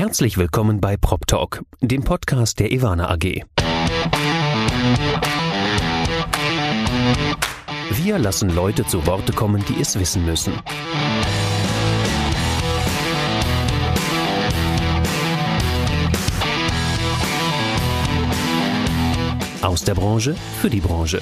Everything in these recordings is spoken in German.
Herzlich willkommen bei PropTalk, dem Podcast der Ewana AG. Wir lassen Leute zu Worte kommen, die es wissen müssen. Aus der Branche für die Branche.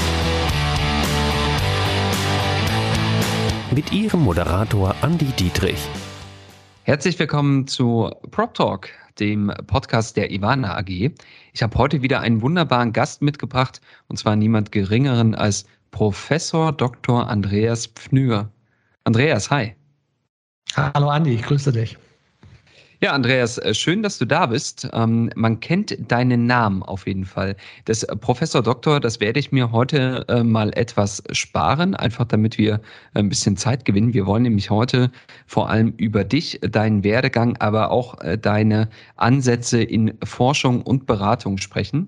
Mit Ihrem Moderator Andi Dietrich. Herzlich willkommen zu PropTalk, dem Podcast der Ewana AG. Ich habe heute wieder einen wunderbaren Gast mitgebracht, und zwar niemand Geringeren als Professor Dr. Andreas Pfnüger. Andreas, hi. Hallo Andi, ich grüße dich. Ja, Andreas, schön, dass du da bist. Man kennt deinen Namen auf jeden Fall. Das Professor Doktor, das werde ich mir heute mal etwas sparen, einfach damit wir ein bisschen Zeit gewinnen. Wir wollen nämlich heute vor allem über dich, deinen Werdegang, aber auch deine Ansätze in Forschung und Beratung sprechen.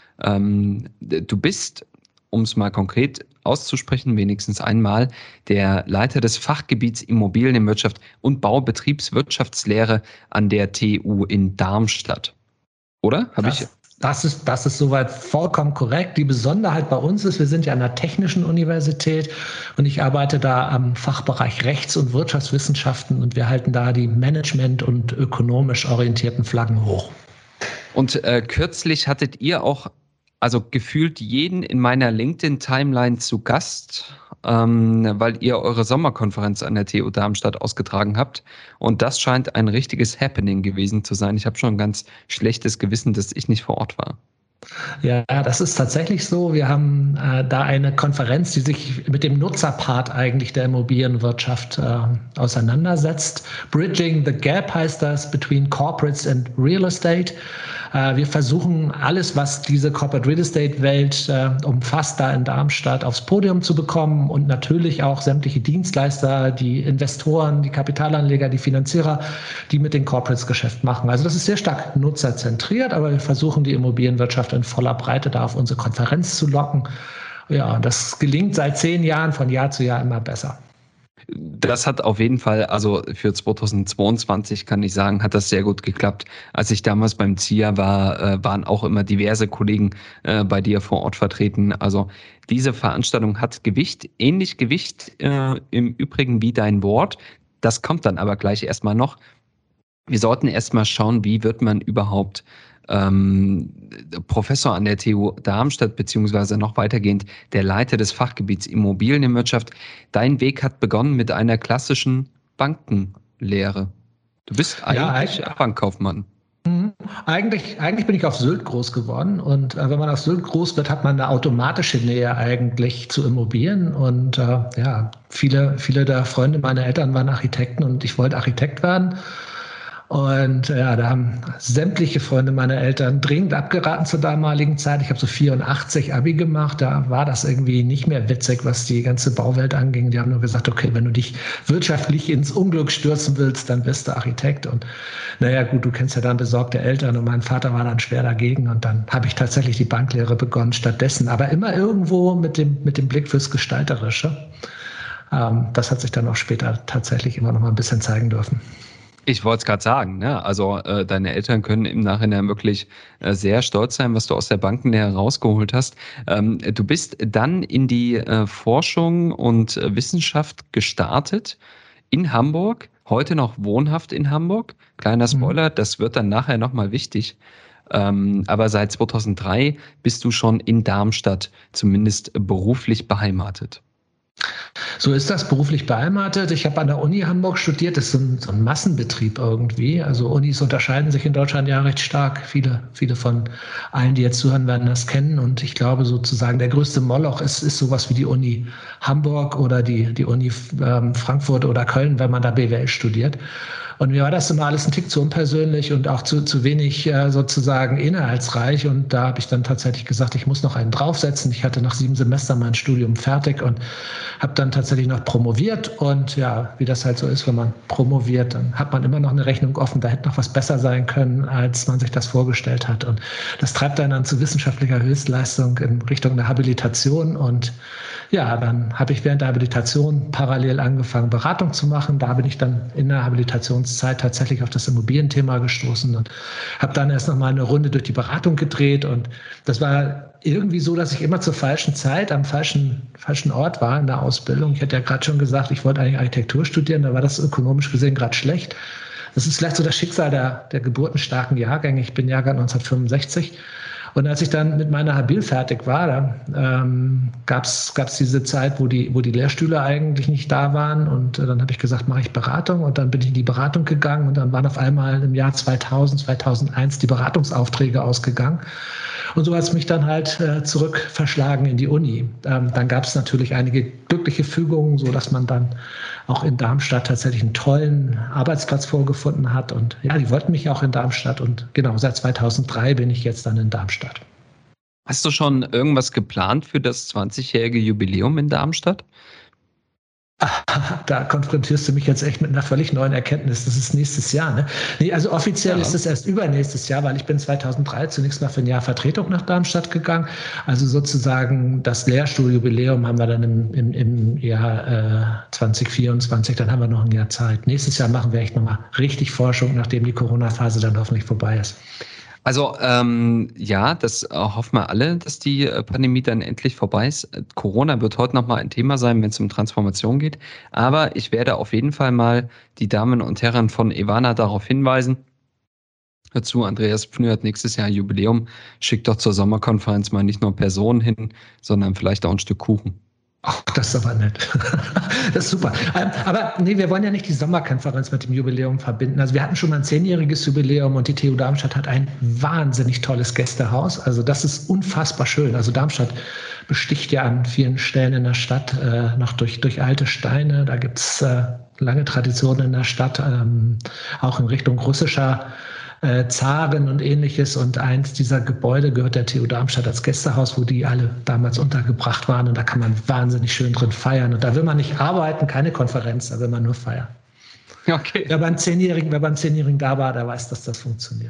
Du bist, um es mal konkret auszusprechen, wenigstens einmal, der Leiter des Fachgebiets Immobilienwirtschaft und Baubetriebswirtschaftslehre an der TU in Darmstadt. Oder? Das ist soweit vollkommen korrekt. Die Besonderheit bei uns ist, wir sind ja an der Technischen Universität und ich arbeite da am Fachbereich Rechts- und Wirtschaftswissenschaften und wir halten da die management- und ökonomisch orientierten Flaggen hoch. Und kürzlich hattet ihr auch gefühlt jeden in meiner LinkedIn-Timeline zu Gast, weil ihr eure Sommerkonferenz an der TU Darmstadt ausgetragen habt. Und das scheint ein richtiges Happening gewesen zu sein. Ich habe schon ein ganz schlechtes Gewissen, dass ich nicht vor Ort war. Ja, das ist tatsächlich so. Wir haben da eine Konferenz, die sich mit dem Nutzerpart eigentlich der Immobilienwirtschaft auseinandersetzt. Bridging the Gap heißt das, between Corporates and Real Estate. Wir versuchen alles, was diese Corporate Real Estate Welt umfasst, da in Darmstadt aufs Podium zu bekommen und natürlich auch sämtliche Dienstleister, die Investoren, die Kapitalanleger, die Finanzierer, die mit den Corporates Geschäft machen. Also das ist sehr stark nutzerzentriert, aber wir versuchen die Immobilienwirtschaft in voller Breite da auf unsere Konferenz zu locken. Ja, das gelingt seit 10 Jahren, von Jahr zu Jahr immer besser. Das hat auf jeden Fall, also für 2022 kann ich sagen, hat das sehr gut geklappt. Als ich damals beim ZIA war, waren auch immer diverse Kollegen bei dir vor Ort vertreten. Also diese Veranstaltung hat Gewicht, ähnlich Gewicht im Übrigen wie dein Wort. Das kommt dann aber gleich erstmal noch. Wir sollten erstmal schauen, wie wird man überhaupt Professor an der TU Darmstadt, beziehungsweise noch weitergehend der Leiter des Fachgebiets Immobilienwirtschaft. Dein Weg hat begonnen mit einer klassischen Bankenlehre. Du bist eigentlich Bankkaufmann. Eigentlich bin ich auf Sylt groß geworden und wenn man auf Sylt groß wird, hat man eine automatische Nähe eigentlich zu Immobilien und viele der Freunde meiner Eltern waren Architekten und ich wollte Architekt werden. Und ja, da haben sämtliche Freunde meiner Eltern dringend abgeraten zur damaligen Zeit. Ich habe so 84 Abi gemacht, da war das irgendwie nicht mehr witzig, was die ganze Bauwelt anging. Die haben nur gesagt, okay, wenn du dich wirtschaftlich ins Unglück stürzen willst, dann bist du Architekt. Und naja gut, du kennst ja dann besorgte Eltern und mein Vater war dann schwer dagegen. Und dann habe ich tatsächlich die Banklehre begonnen stattdessen, aber immer irgendwo mit dem Blick fürs Gestalterische. Das hat sich dann auch später tatsächlich immer noch mal ein bisschen zeigen dürfen. Ich wollte es gerade sagen, ne? Also deine Eltern können im Nachhinein wirklich sehr stolz sein, was du aus der Bankenlehre rausgeholt hast. Du bist dann in die Forschung und Wissenschaft gestartet in Hamburg, heute noch wohnhaft in Hamburg. Kleiner Spoiler, das wird dann nachher nochmal wichtig. Aber seit 2003 bist du schon in Darmstadt, zumindest beruflich beheimatet. So ist das, beruflich beheimatet. Ich habe an der Uni Hamburg studiert. Das ist so ein Massenbetrieb irgendwie. Also Unis unterscheiden sich in Deutschland ja recht stark. Viele von allen, die jetzt zuhören, werden das kennen. Und ich glaube sozusagen, der größte Moloch ist sowas wie die Uni Hamburg oder die Uni Frankfurt oder Köln, wenn man da BWL studiert. Und mir war das immer alles ein Tick zu unpersönlich und auch zu wenig sozusagen inhaltsreich. Und da habe ich dann tatsächlich gesagt, ich muss noch einen draufsetzen. Ich hatte nach 7 Semestern mein Studium fertig und habe dann tatsächlich noch promoviert. Und ja, wie das halt so ist, wenn man promoviert, dann hat man immer noch eine Rechnung offen. Da hätte noch was besser sein können, als man sich das vorgestellt hat. Und das treibt einen dann zu wissenschaftlicher Höchstleistung in Richtung der Habilitation. Und ja, dann habe ich während der Habilitation parallel angefangen, Beratung zu machen. Da bin ich dann in der Habilitation Promotionszeit tatsächlich auf das Immobilienthema gestoßen und habe dann erst noch mal eine Runde durch die Beratung gedreht. Und das war irgendwie so, dass ich immer zur falschen Zeit am falschen Ort war in der Ausbildung. Ich hatte ja gerade schon gesagt, ich wollte eigentlich Architektur studieren, da war das ökonomisch gesehen gerade schlecht. Das ist vielleicht so das Schicksal der geburtenstarken Jahrgänge. Ich bin Jahrgang 1965. Und als ich dann mit meiner Habil fertig war, da gab's diese Zeit, wo die Lehrstühle eigentlich nicht da waren. Und dann habe ich gesagt, mache ich Beratung. Und dann bin ich in die Beratung gegangen. Und dann waren auf einmal im Jahr 2000, 2001 die Beratungsaufträge ausgegangen. Und so hat es mich dann halt zurück verschlagen in die Uni. Dann gab es natürlich einige glückliche Fügungen, so dass man dann auch in Darmstadt tatsächlich einen tollen Arbeitsplatz vorgefunden hat. Und ja, die wollten mich auch in Darmstadt. Und genau, seit 2003 bin ich jetzt dann in Darmstadt. Hast du schon irgendwas geplant für das 20-jährige Jubiläum in Darmstadt? Da konfrontierst du mich jetzt echt mit einer völlig neuen Erkenntnis. Das ist nächstes Jahr. Ne? Nee, also offiziell ist es erst übernächstes Jahr, weil ich bin 2003 zunächst mal für ein Jahr Vertretung nach Darmstadt gegangen. Also sozusagen das Lehrstuhljubiläum haben wir dann im Jahr 2024, dann haben wir noch ein Jahr Zeit. Nächstes Jahr machen wir echt nochmal richtig Forschung, nachdem die Corona-Phase dann hoffentlich vorbei ist. Also ja, das hoffen wir alle, dass die Pandemie dann endlich vorbei ist. Corona wird heute nochmal ein Thema sein, wenn es um Transformation geht. Aber ich werde auf jeden Fall mal die Damen und Herren von Evana darauf hinweisen. Hör zu, Andreas Pfnü hat nächstes Jahr Jubiläum. Schickt doch zur Sommerkonferenz mal nicht nur Personen hin, sondern vielleicht auch ein Stück Kuchen. Ach, das ist aber nett. Das ist super. Aber nee, wir wollen ja nicht die Sommerkonferenz mit dem Jubiläum verbinden. Also wir hatten schon mal ein 10-jähriges Jubiläum und die TU Darmstadt hat ein wahnsinnig tolles Gästehaus. Also das ist unfassbar schön. Also Darmstadt besticht ja an vielen Stellen in der Stadt noch durch alte Steine. Da gibt es lange Traditionen in der Stadt, auch in Richtung russischer Zaren und ähnliches. Und eins dieser Gebäude gehört der TU Darmstadt als Gästehaus, wo die alle damals untergebracht waren. Und da kann man wahnsinnig schön drin feiern. Und da will man nicht arbeiten, keine Konferenz, da will man nur feiern. Okay. Wer beim 10-Jährigen da war, der weiß, dass das funktioniert.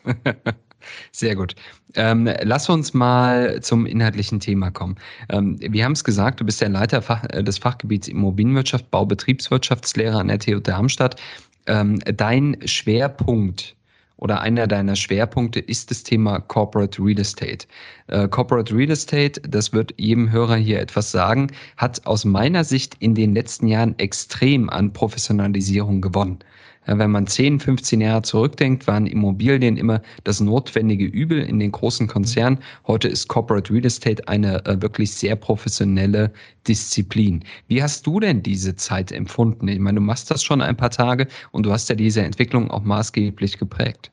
Sehr gut. Lass uns mal zum inhaltlichen Thema kommen. Wir haben es gesagt, du bist der Leiter des Fachgebiets Immobilienwirtschaft, Baubetriebswirtschaftslehre an der TU Darmstadt. Dein Schwerpunkt oder einer deiner Schwerpunkte ist das Thema Corporate Real Estate. Corporate Real Estate, das wird jedem Hörer hier etwas sagen, hat aus meiner Sicht in den letzten Jahren extrem an Professionalisierung gewonnen. Wenn man 10, 15 Jahre zurückdenkt, waren Immobilien immer das notwendige Übel in den großen Konzernen. Heute ist Corporate Real Estate eine wirklich sehr professionelle Disziplin. Wie hast du denn diese Zeit empfunden? Ich meine, du machst das schon ein paar Tage und du hast ja diese Entwicklung auch maßgeblich geprägt.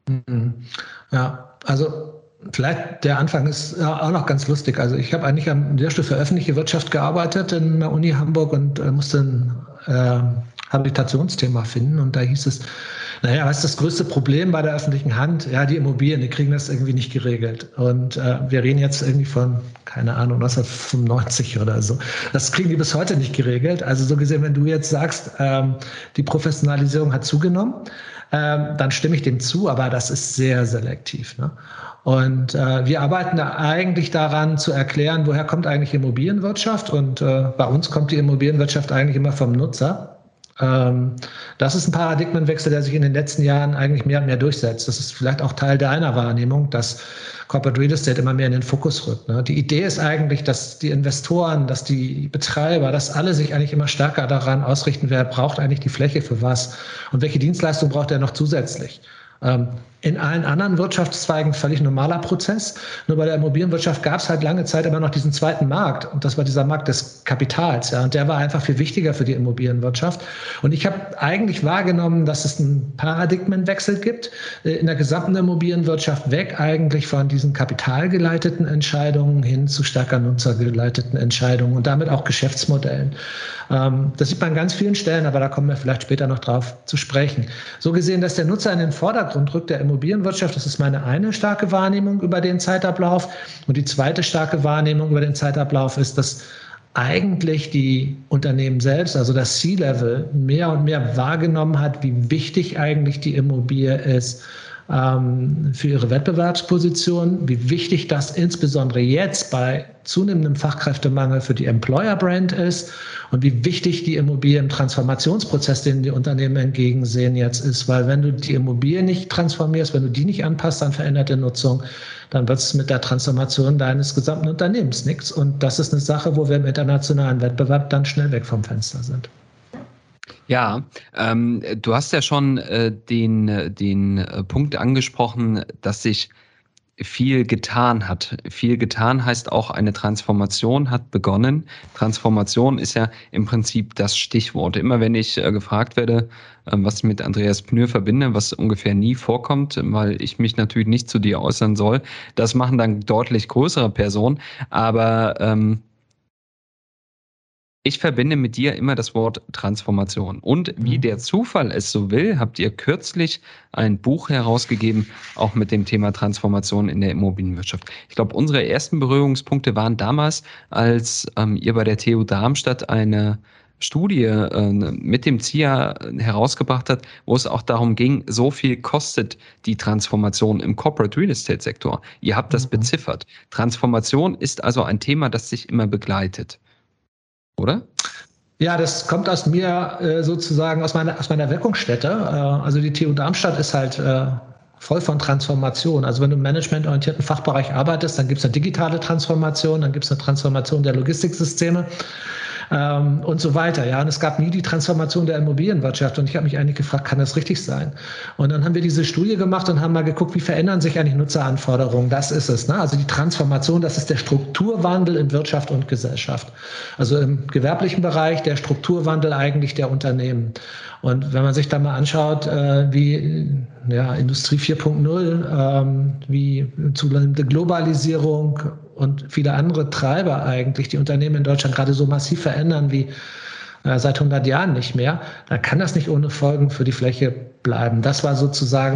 Ja, also vielleicht der Anfang ist auch noch ganz lustig. Also ich habe eigentlich am Lehrstuhl für öffentliche Wirtschaft gearbeitet in der Uni Hamburg und musste ein Habilitationsthema finden. Und da hieß es, naja, was ist das größte Problem bei der öffentlichen Hand? Ja, die Immobilien, die kriegen das irgendwie nicht geregelt. Und wir reden jetzt irgendwie von, keine Ahnung, 1995 oder so. Das kriegen die bis heute nicht geregelt. Also so gesehen, wenn du jetzt sagst, die Professionalisierung hat zugenommen, dann stimme ich dem zu, aber das ist sehr selektiv. Ne? Und wir arbeiten da eigentlich daran zu erklären, woher kommt eigentlich Immobilienwirtschaft. Und bei uns kommt die Immobilienwirtschaft eigentlich immer vom Nutzer. Das ist ein Paradigmenwechsel, der sich in den letzten Jahren eigentlich mehr und mehr durchsetzt. Das ist vielleicht auch Teil deiner Wahrnehmung, dass Corporate Real Estate immer mehr in den Fokus rückt. Ne? Die Idee ist eigentlich, dass die Investoren, dass die Betreiber, dass alle sich eigentlich immer stärker daran ausrichten, wer braucht eigentlich die Fläche für was und welche Dienstleistung braucht er noch zusätzlich. In allen anderen Wirtschaftszweigen völlig normaler Prozess. Nur bei der Immobilienwirtschaft gab es halt lange Zeit immer noch diesen zweiten Markt. Und das war dieser Markt des Kapitals. Ja. Und der war einfach viel wichtiger für die Immobilienwirtschaft. Und ich habe eigentlich wahrgenommen, dass es einen Paradigmenwechsel gibt in der gesamten Immobilienwirtschaft, weg eigentlich von diesen kapitalgeleiteten Entscheidungen hin zu stärker nutzergeleiteten Entscheidungen und damit auch Geschäftsmodellen. Das sieht man an ganz vielen Stellen, aber da kommen wir vielleicht später noch drauf zu sprechen. So gesehen, dass der Nutzer in den Vordergrund rückt der Immobilienwirtschaft, das ist meine eine starke Wahrnehmung über den Zeitablauf. Und die zweite starke Wahrnehmung über den Zeitablauf ist, dass eigentlich die Unternehmen selbst, also das C-Level, mehr und mehr wahrgenommen hat, wie wichtig eigentlich die Immobilie ist für ihre Wettbewerbsposition, wie wichtig das insbesondere jetzt bei zunehmendem Fachkräftemangel für die Employer-Brand ist und wie wichtig die Immobilie im Transformationsprozess, den die Unternehmen entgegensehen, jetzt ist. Weil wenn du die Immobilie nicht transformierst, wenn du die nicht anpasst an veränderte Nutzung, dann wird es mit der Transformation deines gesamten Unternehmens nichts. Und das ist eine Sache, wo wir im internationalen Wettbewerb dann schnell weg vom Fenster sind. Ja, du hast ja schon den Punkt angesprochen, dass sich viel getan hat. Viel getan heißt auch, eine Transformation hat begonnen. Transformation ist ja im Prinzip das Stichwort. Immer wenn ich gefragt werde, was ich mit Andreas Pnür verbinde, was ungefähr nie vorkommt, weil ich mich natürlich nicht zu dir äußern soll, das machen dann deutlich größere Personen, aber ich verbinde mit dir immer das Wort Transformation. Und wie der Zufall es so will, habt ihr kürzlich ein Buch herausgegeben, auch mit dem Thema Transformation in der Immobilienwirtschaft. Ich glaube, unsere ersten Berührungspunkte waren damals, als ihr bei der TU Darmstadt eine Studie mit dem ZIA herausgebracht hat, wo es auch darum ging, so viel kostet die Transformation im Corporate Real Estate Sektor. Ihr habt das beziffert. Transformation ist also ein Thema, das sich immer begleitet. Oder? Ja, das kommt aus mir sozusagen aus meiner Wirkungsstätte. Also die TU Darmstadt ist halt voll von Transformation. Also wenn du im managementorientierten Fachbereich arbeitest, dann gibt es eine digitale Transformation, dann gibt es eine Transformation der Logistiksysteme und so weiter. Ja, und es gab nie die Transformation der Immobilienwirtschaft. Und ich habe mich eigentlich gefragt, kann das richtig sein? Und dann haben wir diese Studie gemacht und haben mal geguckt, wie verändern sich eigentlich Nutzeranforderungen. Das ist es. Ne? Also die Transformation, das ist der Strukturwandel in Wirtschaft und Gesellschaft. Also im gewerblichen Bereich der Strukturwandel eigentlich der Unternehmen. Und wenn man sich da mal anschaut, wie Industrie 4.0, wie zunehmende Globalisierung und viele andere Treiber eigentlich die Unternehmen in Deutschland gerade so massiv verändern wie seit 100 Jahren nicht mehr, dann kann das nicht ohne Folgen für die Fläche bleiben. Das war sozusagen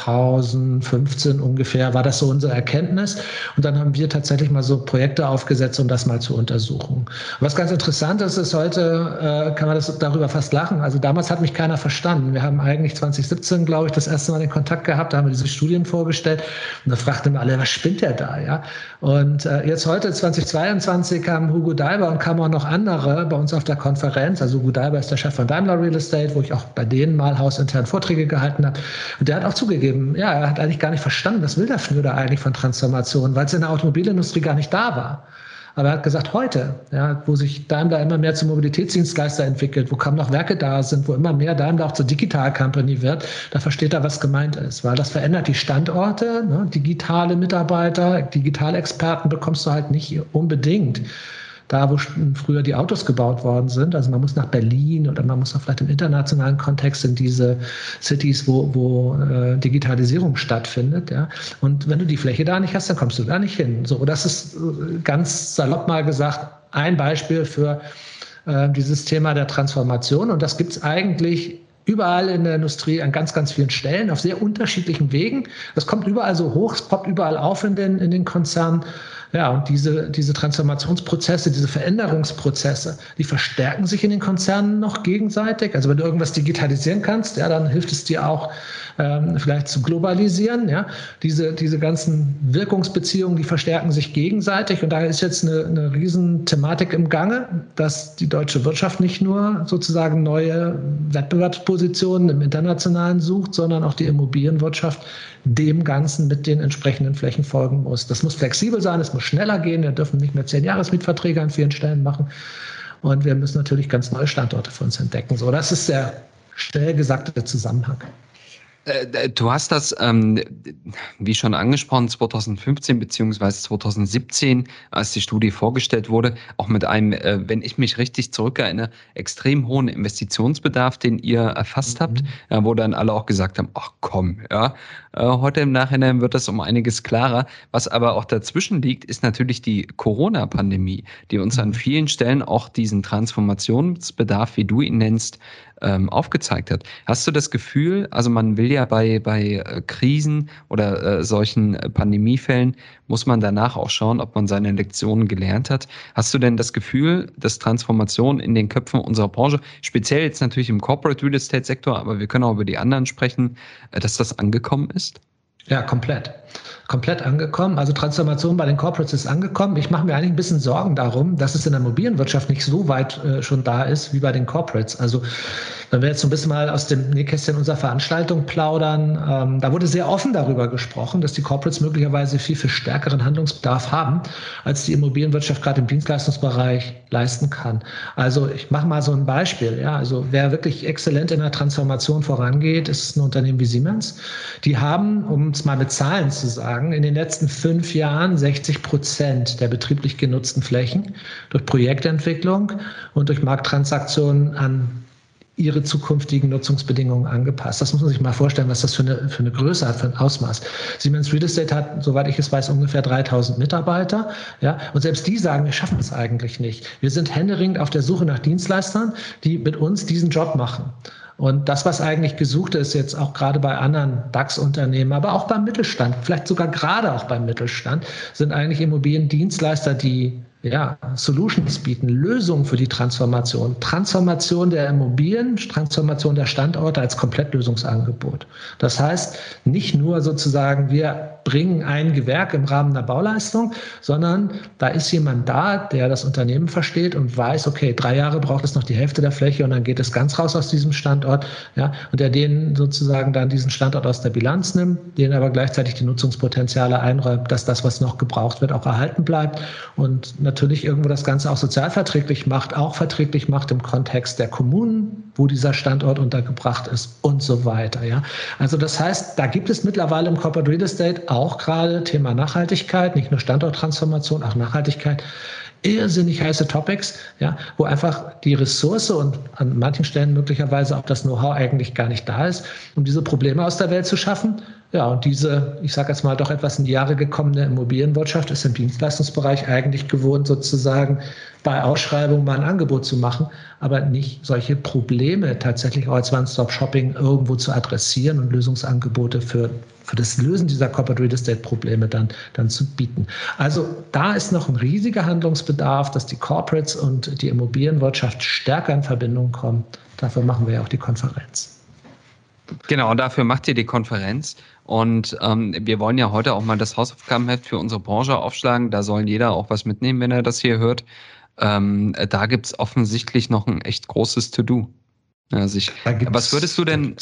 2015 ungefähr, war das so unsere Erkenntnis. Und dann haben wir tatsächlich mal so Projekte aufgesetzt, um das mal zu untersuchen. Was ganz interessant ist heute kann man das darüber fast lachen. Also damals hat mich keiner verstanden. Wir haben eigentlich 2017, glaube ich, das erste Mal den Kontakt gehabt, da haben wir diese Studien vorgestellt und da fragten wir alle, was spinnt der da? Ja? Und jetzt heute, 2022, kamen Hugo Daiber und kamen auch noch andere bei uns auf der Konferenz. Also Hugo Daiber ist der Chef von Daimler Real Estate, wo ich auch bei denen mal hausintern Vorträge gehalten habe. Und der hat auch zugegeben, ja, er hat eigentlich gar nicht verstanden, was will der Pnür da eigentlich von Transformation, weil es in der Automobilindustrie gar nicht da war. Aber er hat gesagt, heute, ja, wo sich Daimler immer mehr zum Mobilitätsdienstleister entwickelt, wo kaum noch Werke da sind, wo immer mehr Daimler auch zur Digital Company wird, da versteht er, was gemeint ist. Weil das verändert die Standorte, ne? Digitale Mitarbeiter, Digitalexperten bekommst du halt nicht unbedingt da, wo früher die Autos gebaut worden sind. Also man muss nach Berlin oder man muss auch vielleicht im internationalen Kontext in diese Cities, wo Digitalisierung stattfindet. Ja. Und wenn du die Fläche da nicht hast, dann kommst du da nicht hin. So, das ist ganz salopp mal gesagt ein Beispiel für dieses Thema der Transformation. Und das gibt es eigentlich überall in der Industrie an ganz, ganz vielen Stellen, auf sehr unterschiedlichen Wegen. Das kommt überall so hoch, es poppt überall auf in den Konzernen. Ja, und diese Transformationsprozesse, diese Veränderungsprozesse, die verstärken sich in den Konzernen noch gegenseitig. Also wenn du irgendwas digitalisieren kannst, ja, dann hilft es dir auch vielleicht zu globalisieren. Ja, diese ganzen Wirkungsbeziehungen, die verstärken sich gegenseitig. Und da ist jetzt eine Riesenthematik im Gange, dass die deutsche Wirtschaft nicht nur sozusagen neue Wettbewerbspositionen im Internationalen sucht, sondern auch die Immobilienwirtschaft dem Ganzen mit den entsprechenden Flächen folgen muss. Das muss flexibel sein, es muss schneller gehen. Wir dürfen nicht mehr 10-Jahres-Mietverträge an vielen Stellen machen. Und wir müssen natürlich ganz neue Standorte für uns entdecken. So, das ist der schnell gesagte Zusammenhang. Du hast das, wie schon angesprochen, 2015 beziehungsweise 2017, als die Studie vorgestellt wurde, auch mit einem, wenn ich mich richtig zurückerinnere, extrem hohen Investitionsbedarf, den ihr erfasst habt, wo dann alle auch gesagt haben, ach komm, ja, heute im Nachhinein wird das um einiges klarer. Was aber auch dazwischen liegt, ist natürlich die Corona-Pandemie, die uns an vielen Stellen auch diesen Transformationsbedarf, wie du ihn nennst, aufgezeigt hat. Hast du das Gefühl, also man will ja bei Krisen oder solchen Pandemiefällen, muss man danach auch schauen, ob man seine Lektionen gelernt hat. Hast du denn das Gefühl, dass Transformation in den Köpfen unserer Branche, speziell jetzt natürlich im Corporate Real Estate Sektor, aber wir können auch über die anderen sprechen, dass das angekommen ist? Ja, komplett. Komplett angekommen. Also Transformation bei den Corporates ist angekommen. Ich mache mir eigentlich ein bisschen Sorgen darum, dass es in der Immobilienwirtschaft nicht so weit schon da ist wie bei den Corporates. Also wenn wir jetzt so ein bisschen mal aus dem Nähkästchen unserer Veranstaltung plaudern, da wurde sehr offen darüber gesprochen, dass die Corporates möglicherweise viel stärkeren Handlungsbedarf haben, als die Immobilienwirtschaft gerade im Dienstleistungsbereich leisten kann. Also ich mache mal so ein Beispiel. Ja, also wer wirklich exzellent in der Transformation vorangeht, ist ein Unternehmen wie Siemens. Die haben, um es mal mit Zahlen zu sagen, in den letzten 5 Jahren 60% der betrieblich genutzten Flächen durch Projektentwicklung und durch Markttransaktionen an ihre zukünftigen Nutzungsbedingungen angepasst. Das muss man sich mal vorstellen, was das für eine Größe hat, für ein Ausmaß. Siemens Real Estate hat, soweit ich es weiß, ungefähr 3000 Mitarbeiter. Ja, und selbst die sagen, wir schaffen es eigentlich nicht. Wir sind händeringend auf der Suche nach Dienstleistern, die mit uns diesen Job machen. Und das, was eigentlich gesucht ist, jetzt auch gerade bei anderen DAX-Unternehmen, aber auch beim Mittelstand, vielleicht sogar gerade auch beim Mittelstand, sind eigentlich Immobiliendienstleister, die Solutions bieten, Lösungen für die Transformation der Immobilien, Transformation der Standorte als Komplettlösungsangebot. Das heißt, nicht nur sozusagen, wir bringen ein Gewerk im Rahmen der Bauleistung, sondern da ist jemand da, der das Unternehmen versteht und weiß, okay, 3 Jahre braucht es noch die Hälfte der Fläche und dann geht es ganz raus aus diesem Standort, ja, und der denen sozusagen dann diesen Standort aus der Bilanz nimmt, denen aber gleichzeitig die Nutzungspotenziale einräumt, dass das, was noch gebraucht wird, auch erhalten bleibt und natürlich irgendwo das Ganze auch sozialverträglich macht, auch verträglich macht im Kontext der Kommunen, wo dieser Standort untergebracht ist und so weiter. Ja. Also das heißt, da gibt es mittlerweile im Corporate Real Estate auch gerade Thema Nachhaltigkeit, nicht nur Standorttransformation, auch Nachhaltigkeit, irrsinnig heiße Topics, ja, wo einfach die Ressource und an manchen Stellen möglicherweise auch das Know-how eigentlich gar nicht da ist, um diese Probleme aus der Welt zu schaffen. Ja, und diese, ich sage jetzt mal, doch etwas in die Jahre gekommene Immobilienwirtschaft ist im Dienstleistungsbereich eigentlich gewohnt, sozusagen bei Ausschreibungen mal ein Angebot zu machen, aber nicht solche Probleme tatsächlich auch als One-Stop-Shopping irgendwo zu adressieren und Lösungsangebote für das Lösen dieser Corporate Real Estate Probleme dann zu bieten. Also da ist noch ein riesiger Handlungsbedarf, dass die Corporates und die Immobilienwirtschaft stärker in Verbindung kommen. Dafür machen wir ja auch die Konferenz. Genau, dafür macht ihr die Konferenz. Und wir wollen ja heute auch mal das Hausaufgabenheft für unsere Branche aufschlagen. Da soll jeder auch was mitnehmen, wenn er das hier hört. Da gibt es offensichtlich noch ein echt großes To-Do. Also was würdest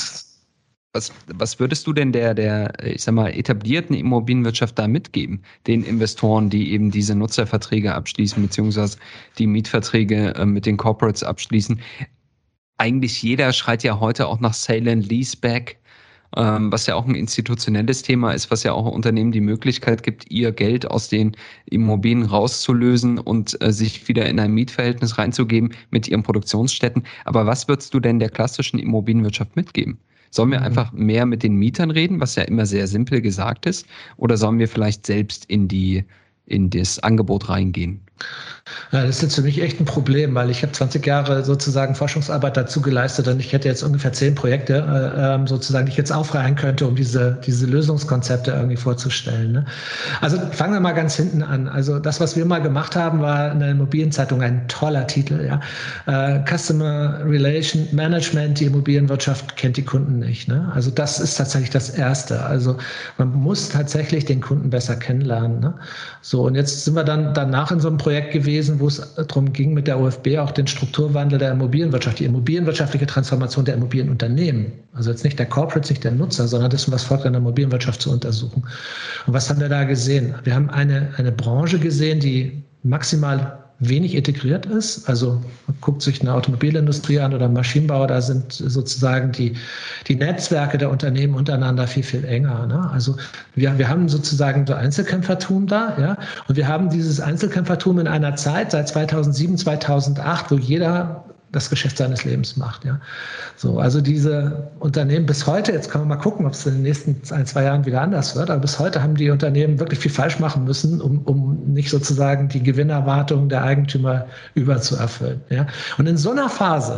du denn der ich sag mal, etablierten Immobilienwirtschaft da mitgeben? Den Investoren, die eben diese Nutzerverträge abschließen, beziehungsweise die Mietverträge mit den Corporates abschließen. Eigentlich jeder schreit ja heute auch nach Sale and Leaseback, was ja auch ein institutionelles Thema ist, was ja auch Unternehmen die Möglichkeit gibt, ihr Geld aus den Immobilien rauszulösen und sich wieder in ein Mietverhältnis reinzugeben mit ihren Produktionsstätten. Aber was würdest du denn der klassischen Immobilienwirtschaft mitgeben? Sollen wir einfach mehr mit den Mietern reden, was ja immer sehr simpel gesagt ist, oder sollen wir vielleicht selbst in das Angebot reingehen? Ja, das ist jetzt für mich echt ein Problem, weil ich habe 20 Jahre sozusagen Forschungsarbeit dazu geleistet und ich hätte jetzt ungefähr 10 Projekte sozusagen, die ich jetzt aufreihen könnte, um diese Lösungskonzepte irgendwie vorzustellen. Ne? Also fangen wir mal ganz hinten an. Also das, was wir mal gemacht haben, war eine Immobilienzeitung, ein toller Titel. Ja? Customer Relation Management, die Immobilienwirtschaft kennt die Kunden nicht. Ne? Also das ist tatsächlich das Erste. Also man muss tatsächlich den Kunden besser kennenlernen. Ne? So, und jetzt sind wir dann danach in so einem Projekt gewesen, wo es darum ging, mit der OFB auch den Strukturwandel der Immobilienwirtschaft, die immobilienwirtschaftliche Transformation der Immobilienunternehmen, also jetzt nicht der Corporates, nicht der Nutzer, sondern das, was folgt in der Immobilienwirtschaft zu untersuchen. Und was haben wir da gesehen? Wir haben eine Branche gesehen, die maximal wenig integriert ist. Also man guckt sich eine Automobilindustrie an oder Maschinenbau, da sind sozusagen die Netzwerke der Unternehmen untereinander viel, viel enger. Ne? Also wir haben sozusagen so Einzelkämpfertum da, ja, und wir haben dieses Einzelkämpfertum in einer Zeit seit 2007, 2008, wo jeder das Geschäft seines Lebens macht. Ja. So, also diese Unternehmen bis heute, jetzt kann man mal gucken, ob es in den nächsten 1-2 Jahren wieder anders wird, aber bis heute haben die Unternehmen wirklich viel falsch machen müssen, um nicht sozusagen die Gewinnerwartungen der Eigentümer überzuerfüllen. Ja. Und in so einer Phase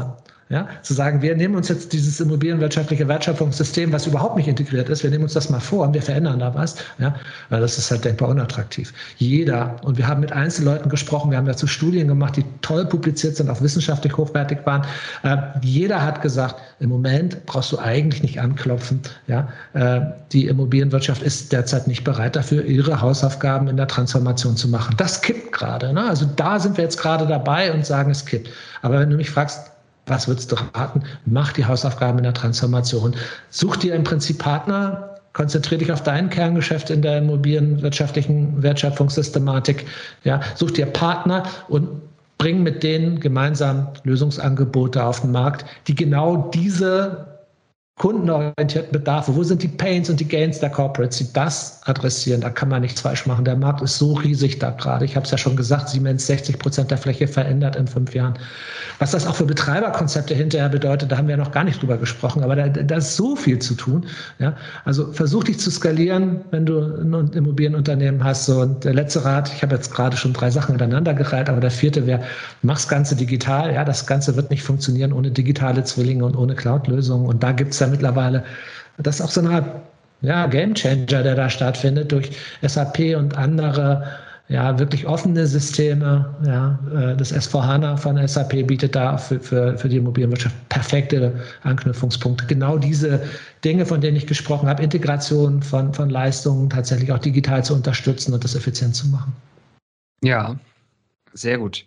Ja, zu sagen, wir nehmen uns jetzt dieses immobilienwirtschaftliche Wertschöpfungssystem, was überhaupt nicht integriert ist, wir nehmen uns das mal vor und wir verändern da was. Ja, weil das ist halt denkbar unattraktiv. Jeder, und wir haben mit Einzelleuten gesprochen, wir haben dazu Studien gemacht, die toll publiziert sind, auch wissenschaftlich hochwertig waren. Jeder hat gesagt, im Moment brauchst du eigentlich nicht anklopfen. Ja, die Immobilienwirtschaft ist derzeit nicht bereit dafür, ihre Hausaufgaben in der Transformation zu machen. Das kippt gerade. Ne? Also da sind wir jetzt gerade dabei und sagen, es kippt. Aber wenn du mich fragst, was würdest du raten? Mach die Hausaufgaben in der Transformation. Such dir im Prinzip Partner, konzentriere dich auf dein Kerngeschäft in der immobilienwirtschaftlichen Wertschöpfungssystematik. Ja, such dir Partner und bring mit denen gemeinsam Lösungsangebote auf den Markt, die genau diese kundenorientierten Bedarfe, wo sind die Pains und die Gains der Corporates, die das adressieren, da kann man nichts falsch machen. Der Markt ist so riesig da gerade. Ich habe es ja schon gesagt, Siemens 60% der Fläche verändert in 5 Jahren. Was das auch für Betreiberkonzepte hinterher bedeutet, da haben wir noch gar nicht drüber gesprochen, aber da ist so viel zu tun. Ja? Also versuch dich zu skalieren, wenn du ein Immobilienunternehmen hast. So. Und der letzte Rat, ich habe jetzt gerade schon 3 Sachen miteinander gereiht, aber der 4. wäre, mach's Ganze digital. Ja? Das Ganze wird nicht funktionieren ohne digitale Zwillinge und ohne Cloud-Lösungen. Und da gibt es ja mittlerweile, das ist auch so eine Art Gamechanger, der da stattfindet durch SAP und andere wirklich offene Systeme. Ja, das S4HANA von SAP bietet da für die Immobilienwirtschaft perfekte Anknüpfungspunkte. Genau diese Dinge, von denen ich gesprochen habe, Integration von Leistungen tatsächlich auch digital zu unterstützen und das effizient zu machen. Ja, sehr gut.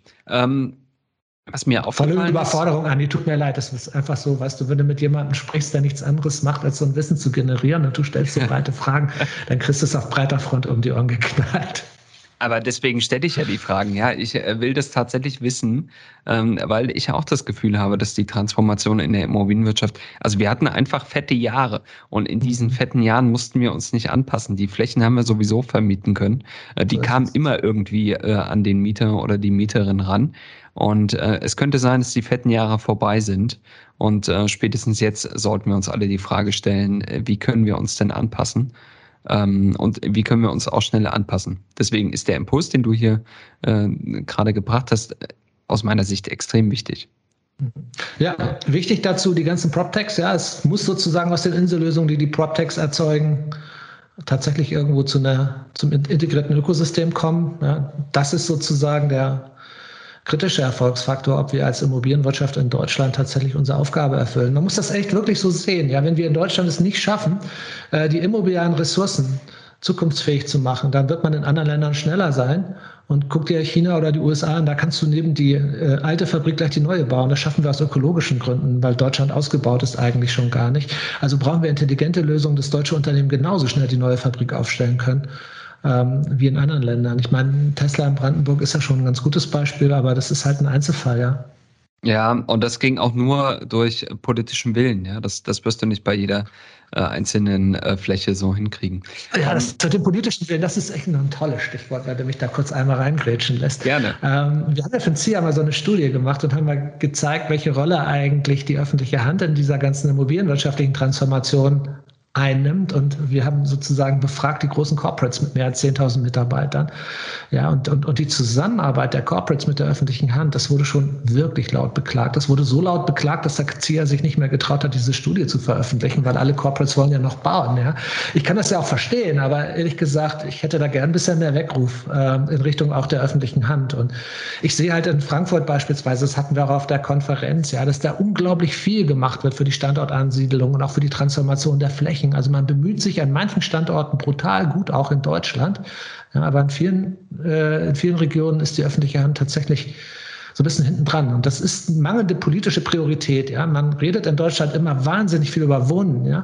Was mir aufgefallen ist. Volle Überforderung, Andi, tut mir leid, das ist einfach so, weißt du, wenn du mit jemandem sprichst, der nichts anderes macht, als so ein Wissen zu generieren und du stellst so breite Fragen, dann kriegst du es auf breiter Front um die Ohren geknallt. Aber deswegen stelle ich ja die Fragen. Ja, ich will das tatsächlich wissen, weil ich auch das Gefühl habe, dass die Transformation in der Immobilienwirtschaft, also wir hatten einfach fette Jahre und in diesen fetten Jahren mussten wir uns nicht anpassen. Die Flächen haben wir sowieso vermieten können. Die kamen immer irgendwie an den Mieter oder die Mieterin ran. Und es könnte sein, dass die fetten Jahre vorbei sind. Und spätestens jetzt sollten wir uns alle die Frage stellen, wie können wir uns denn anpassen? Und wie können wir uns auch schneller anpassen? Deswegen ist der Impuls, den du hier gerade gebracht hast, aus meiner Sicht extrem wichtig. Ja, wichtig dazu die ganzen PropTechs. Ja, es muss sozusagen aus den Insellösungen, die PropTechs erzeugen, tatsächlich irgendwo zum integrierten Ökosystem kommen. Ja, das ist sozusagen der kritische Erfolgsfaktor, ob wir als Immobilienwirtschaft in Deutschland tatsächlich unsere Aufgabe erfüllen. Man muss das echt wirklich so sehen. Ja, wenn wir in Deutschland es nicht schaffen, die immobiliaren Ressourcen zukunftsfähig zu machen, dann wird man in anderen Ländern schneller sein. Und guck dir China oder die USA an, da kannst du neben die alte Fabrik gleich die neue bauen. Das schaffen wir aus ökologischen Gründen, weil Deutschland ausgebaut ist eigentlich schon gar nicht. Also brauchen wir intelligente Lösungen, dass deutsche Unternehmen genauso schnell die neue Fabrik aufstellen können wie in anderen Ländern. Ich meine, Tesla in Brandenburg ist ja schon ein ganz gutes Beispiel, aber das ist halt ein Einzelfall, ja. Ja, und das ging auch nur durch politischen Willen. Ja, das wirst du nicht bei jeder einzelnen Fläche so hinkriegen. Ja, das zu dem politischen Willen, das ist echt ein tolles Stichwort, weil du mich da kurz einmal reingrätschen lässt. Gerne. Wir haben ja für den CIA mal so eine Studie gemacht und haben mal gezeigt, welche Rolle eigentlich die öffentliche Hand in dieser ganzen immobilienwirtschaftlichen Transformation einnimmt. Und wir haben sozusagen befragt die großen Corporates mit mehr als 10.000 Mitarbeitern. Ja, und die Zusammenarbeit der Corporates mit der öffentlichen Hand, das wurde schon wirklich laut beklagt. Das wurde so laut beklagt, dass der CIA sich nicht mehr getraut hat, diese Studie zu veröffentlichen, weil alle Corporates wollen ja noch bauen. Ja. Ich kann das ja auch verstehen, aber ehrlich gesagt, ich hätte da gern ein bisschen mehr Weckruf in Richtung auch der öffentlichen Hand. Und ich sehe halt in Frankfurt beispielsweise, das hatten wir auch auf der Konferenz, ja, dass da unglaublich viel gemacht wird für die Standortansiedlung und auch für die Transformation der Flächen. Also man bemüht sich an manchen Standorten brutal gut, auch in Deutschland. Ja, aber in vielen Regionen ist die öffentliche Hand tatsächlich so ein bisschen hinten dran. Und das ist mangelnde politische Priorität. Ja. Man redet in Deutschland immer wahnsinnig viel über Wohnen. Ja.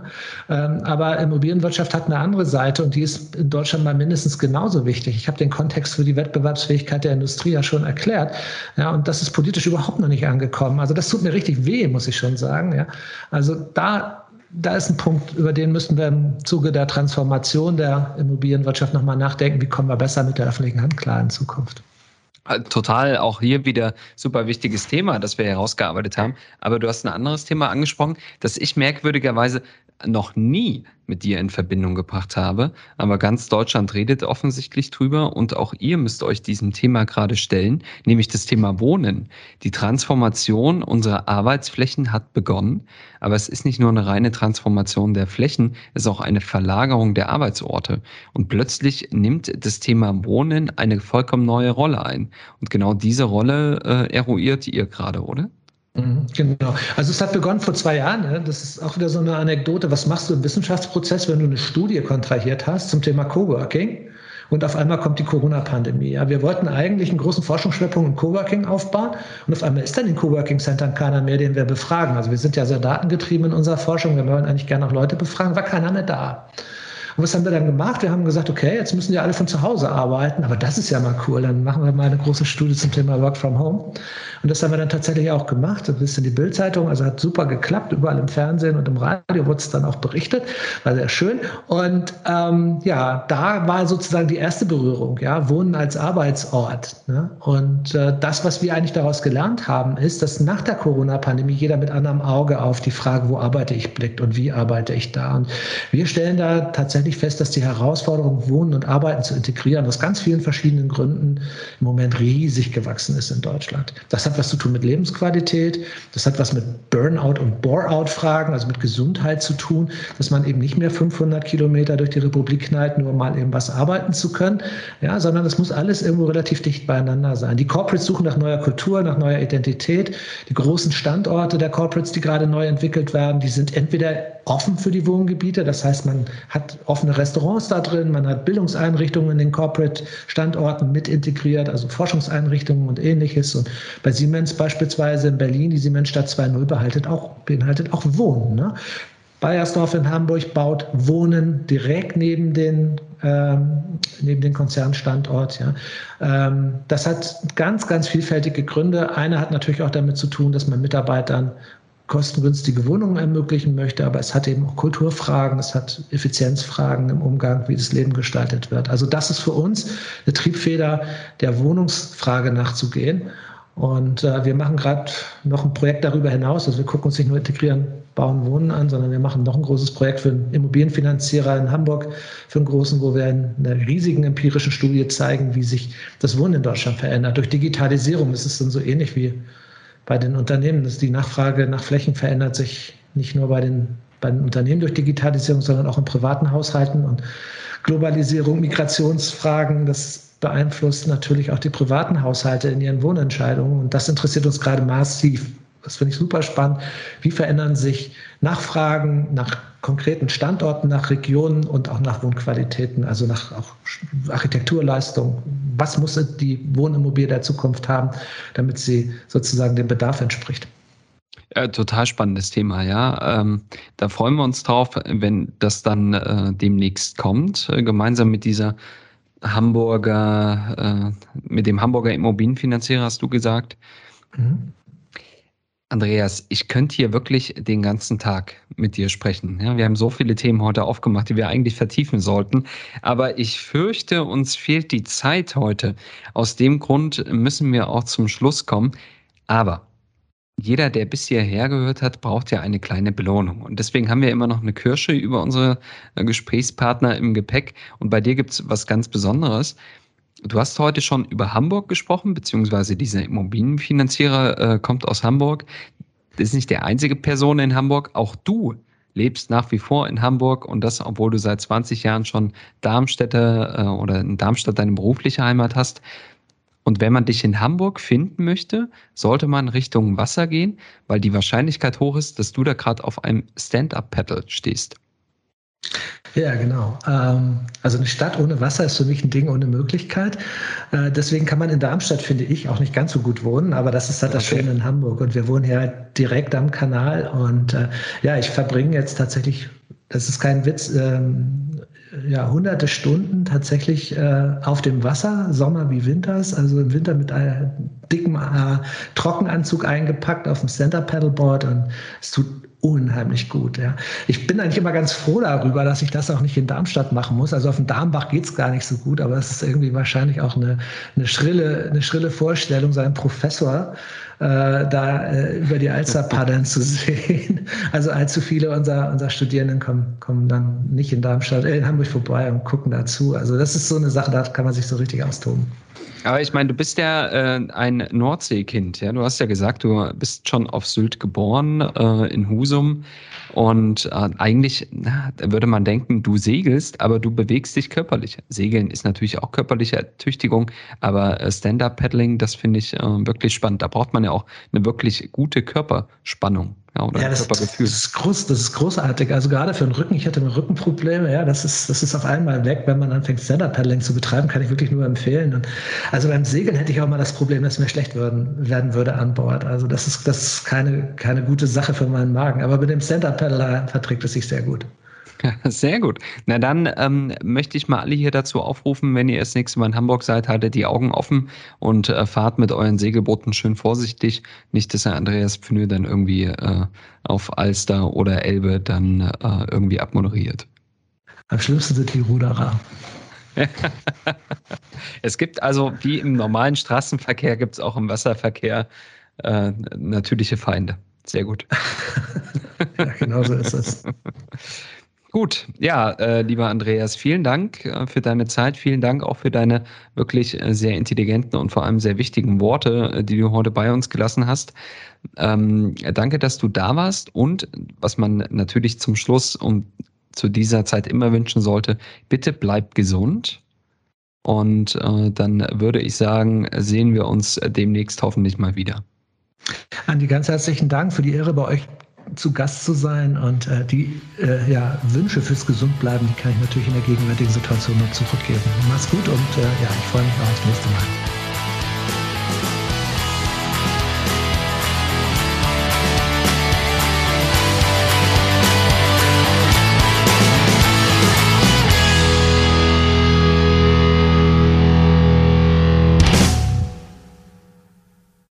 Aber Immobilienwirtschaft hat eine andere Seite und die ist in Deutschland mal mindestens genauso wichtig. Ich habe den Kontext für die Wettbewerbsfähigkeit der Industrie ja schon erklärt. Ja, und das ist politisch überhaupt noch nicht angekommen. Also das tut mir richtig weh, muss ich schon sagen. Ja. Also da ist ein Punkt, über den müssten wir im Zuge der Transformation der Immobilienwirtschaft nochmal nachdenken, wie kommen wir besser mit der öffentlichen Hand klar in Zukunft. Total, auch hier wieder super wichtiges Thema, das wir herausgearbeitet haben. Aber du hast ein anderes Thema angesprochen, das ich merkwürdigerweise noch nie mit dir in Verbindung gebracht habe. Aber ganz Deutschland redet offensichtlich drüber und auch ihr müsst euch diesem Thema gerade stellen, nämlich das Thema Wohnen. Die Transformation unserer Arbeitsflächen hat begonnen, aber es ist nicht nur eine reine Transformation der Flächen, es ist auch eine Verlagerung der Arbeitsorte. Und plötzlich nimmt das Thema Wohnen eine vollkommen neue Rolle ein. Und genau diese Rolle eruiert ihr gerade, oder? Genau. Also es hat begonnen vor 2 Jahren. Ne? Das ist auch wieder so eine Anekdote. Was machst du im Wissenschaftsprozess, wenn du eine Studie kontrahiert hast zum Thema Coworking? Und auf einmal kommt die Corona-Pandemie. Ja, wir wollten eigentlich einen großen Forschungsschwerpunkt im Coworking aufbauen. Und auf einmal ist dann in Coworking-Centern keiner mehr, den wir befragen. Also wir sind ja sehr datengetrieben in unserer Forschung. Wir wollen eigentlich gerne auch Leute befragen. War keiner mehr da. Und was haben wir dann gemacht? Wir haben gesagt, okay, jetzt müssen ja alle von zu Hause arbeiten, aber das ist ja mal cool, dann machen wir mal eine große Studie zum Thema Work from Home. Und das haben wir dann tatsächlich auch gemacht. Das ist in die Bild-Zeitung, also hat super geklappt, überall im Fernsehen und im Radio wurde es dann auch berichtet, war sehr schön. Und da war sozusagen die erste Berührung, ja, Wohnen als Arbeitsort. Ne? Und das, was wir eigentlich daraus gelernt haben, ist, dass nach der Corona-Pandemie jeder mit anderem Auge auf die Frage, wo arbeite ich, blickt und wie arbeite ich da. Und wir stellen da tatsächlich fest, dass die Herausforderung, Wohnen und Arbeiten zu integrieren, aus ganz vielen verschiedenen Gründen im Moment riesig gewachsen ist in Deutschland. Das hat was zu tun mit Lebensqualität, das hat was mit Burnout- und Bore-out-Fragen, also mit Gesundheit zu tun, dass man eben nicht mehr 500 Kilometer durch die Republik knallt, nur mal eben was arbeiten zu können, ja, sondern es muss alles irgendwo relativ dicht beieinander sein. Die Corporates suchen nach neuer Kultur, nach neuer Identität. Die großen Standorte der Corporates, die gerade neu entwickelt werden, die sind entweder offen für die Wohngebiete, das heißt, man hat offene Restaurants da drin, man hat Bildungseinrichtungen in den Corporate-Standorten mit integriert, also Forschungseinrichtungen und Ähnliches. Und bei Siemens beispielsweise in Berlin, die Siemensstadt 2.0 beinhaltet auch Wohnen. Ne? Bayersdorf in Hamburg baut Wohnen direkt neben den Konzernstandort. Ja. Das hat ganz, ganz vielfältige Gründe. Eine hat natürlich auch damit zu tun, dass man Mitarbeitern kostengünstige Wohnungen ermöglichen möchte, aber es hat eben auch Kulturfragen, es hat Effizienzfragen im Umgang, wie das Leben gestaltet wird. Also das ist für uns eine Triebfeder, der Wohnungsfrage nachzugehen. Und wir machen gerade noch ein Projekt darüber hinaus. Also wir gucken uns nicht nur Integrieren, Bauen, Wohnen an, sondern wir machen noch ein großes Projekt für einen Immobilienfinanzierer in Hamburg, für einen großen, wo wir in einer riesigen empirischen Studie zeigen, wie sich das Wohnen in Deutschland verändert. Durch Digitalisierung, das ist dann so ähnlich wie bei den Unternehmen. Das die Nachfrage nach Flächen verändert sich nicht nur bei den Unternehmen durch Digitalisierung, sondern auch in privaten Haushalten und Globalisierung, Migrationsfragen, das beeinflusst natürlich auch die privaten Haushalte in ihren Wohnentscheidungen. Und das interessiert uns gerade massiv. Das finde ich super spannend. Wie verändern sich Nachfragen nach konkreten Standorten, nach Regionen und auch nach Wohnqualitäten, also nach auch Architekturleistung? Was muss die Wohnimmobilie der Zukunft haben, damit sie sozusagen dem Bedarf entspricht? Ja, total spannendes Thema, ja. Da freuen wir uns drauf, wenn das dann demnächst kommt, gemeinsam mit dieser mit dem Hamburger Immobilienfinanzierer, hast du gesagt. Mhm. Andreas, ich könnte hier wirklich den ganzen Tag mit dir sprechen. Ja, wir haben so viele Themen heute aufgemacht, die wir eigentlich vertiefen sollten. Aber ich fürchte, uns fehlt die Zeit heute. Aus dem Grund müssen wir auch zum Schluss kommen. Aber jeder, der bis hierher gehört hat, braucht ja eine kleine Belohnung. Und deswegen haben wir immer noch eine Kirsche über unsere Gesprächspartner im Gepäck. Und bei dir gibt es was ganz Besonderes. Du hast heute schon über Hamburg gesprochen, beziehungsweise dieser Immobilienfinanzierer kommt aus Hamburg. Das ist nicht der einzige Person in Hamburg. Auch du lebst nach wie vor in Hamburg und das, obwohl du seit 20 Jahren schon Darmstädter oder in Darmstadt deine berufliche Heimat hast. Und wenn man dich in Hamburg finden möchte, sollte man Richtung Wasser gehen, weil die Wahrscheinlichkeit hoch ist, dass du da gerade auf einem Stand-Up-Paddle stehst. Ja, genau. Also eine Stadt ohne Wasser ist für mich ein Ding ohne Möglichkeit. Deswegen kann man in Darmstadt, finde ich, auch nicht ganz so gut wohnen. Aber das ist halt das Schöne in Hamburg. Und wir wohnen hier halt direkt am Kanal. Und ich verbringe jetzt tatsächlich, das ist kein Witz, hunderte Stunden tatsächlich auf dem Wasser, Sommer wie Winters, also im Winter mit einem dicken Trockenanzug eingepackt auf dem Stand-Up-Paddleboard und es tut unheimlich gut. Ja. Ich bin eigentlich immer ganz froh darüber, dass ich das auch nicht in Darmstadt machen muss. Also auf dem Darmbach geht es gar nicht so gut, aber es ist irgendwie wahrscheinlich auch eine schrille Vorstellung, so ein Professor über die Alster paddeln zu sehen. Also allzu viele unserer Studierenden kommen dann nicht in Hamburg vorbei und gucken dazu. Also das ist so eine Sache, da kann man sich so richtig austoben. Aber ich meine, du bist ja ein Nordseekind. Ja? Du hast ja gesagt, du bist schon auf Sylt geboren, in Husum. Und eigentlich würde man denken, du segelst, aber du bewegst dich körperlich. Segeln ist natürlich auch körperliche Ertüchtigung, aber Stand-Up-Paddling, das finde ich wirklich spannend. Da braucht man ja auch eine wirklich gute Körperspannung. Oder ja, das ist großartig. Also gerade für den Rücken, ich hatte Rückenprobleme, ja, das ist auf einmal weg, wenn man anfängt, Stand-Up-Paddling zu betreiben, kann ich wirklich nur empfehlen. Und also beim Segeln hätte ich auch mal das Problem, dass mir schlecht werden würde an Bord. Also das ist keine gute Sache für meinen Magen. Aber mit dem Stand-Up-Paddler verträgt es sich sehr gut. Sehr gut. Na dann möchte ich mal alle hier dazu aufrufen, wenn ihr das nächste Mal in Hamburg seid, haltet die Augen offen und fahrt mit euren Segelbooten schön vorsichtig. Nicht, dass der Andreas Pfnö dann irgendwie auf Alster oder Elbe dann irgendwie abmoderiert. Am schlimmsten sind die Ruderer. Es gibt also, wie im normalen Straßenverkehr, gibt es auch im Wasserverkehr natürliche Feinde. Sehr gut. Ja, genau so ist es. Gut, ja, lieber Andreas, vielen Dank für deine Zeit, vielen Dank auch für deine wirklich sehr intelligenten und vor allem sehr wichtigen Worte, die du heute bei uns gelassen hast. Danke, dass du da warst und was man natürlich zum Schluss und zu dieser Zeit immer wünschen sollte, bitte bleib gesund und dann würde ich sagen, sehen wir uns demnächst hoffentlich mal wieder. Andi, ganz herzlichen Dank für die Ehre, bei euch zu Gast zu sein und die Wünsche fürs Gesundbleiben, die kann ich natürlich in der gegenwärtigen Situation nur zurückgeben. Mach's gut und ich freue mich auch aufs nächste Mal.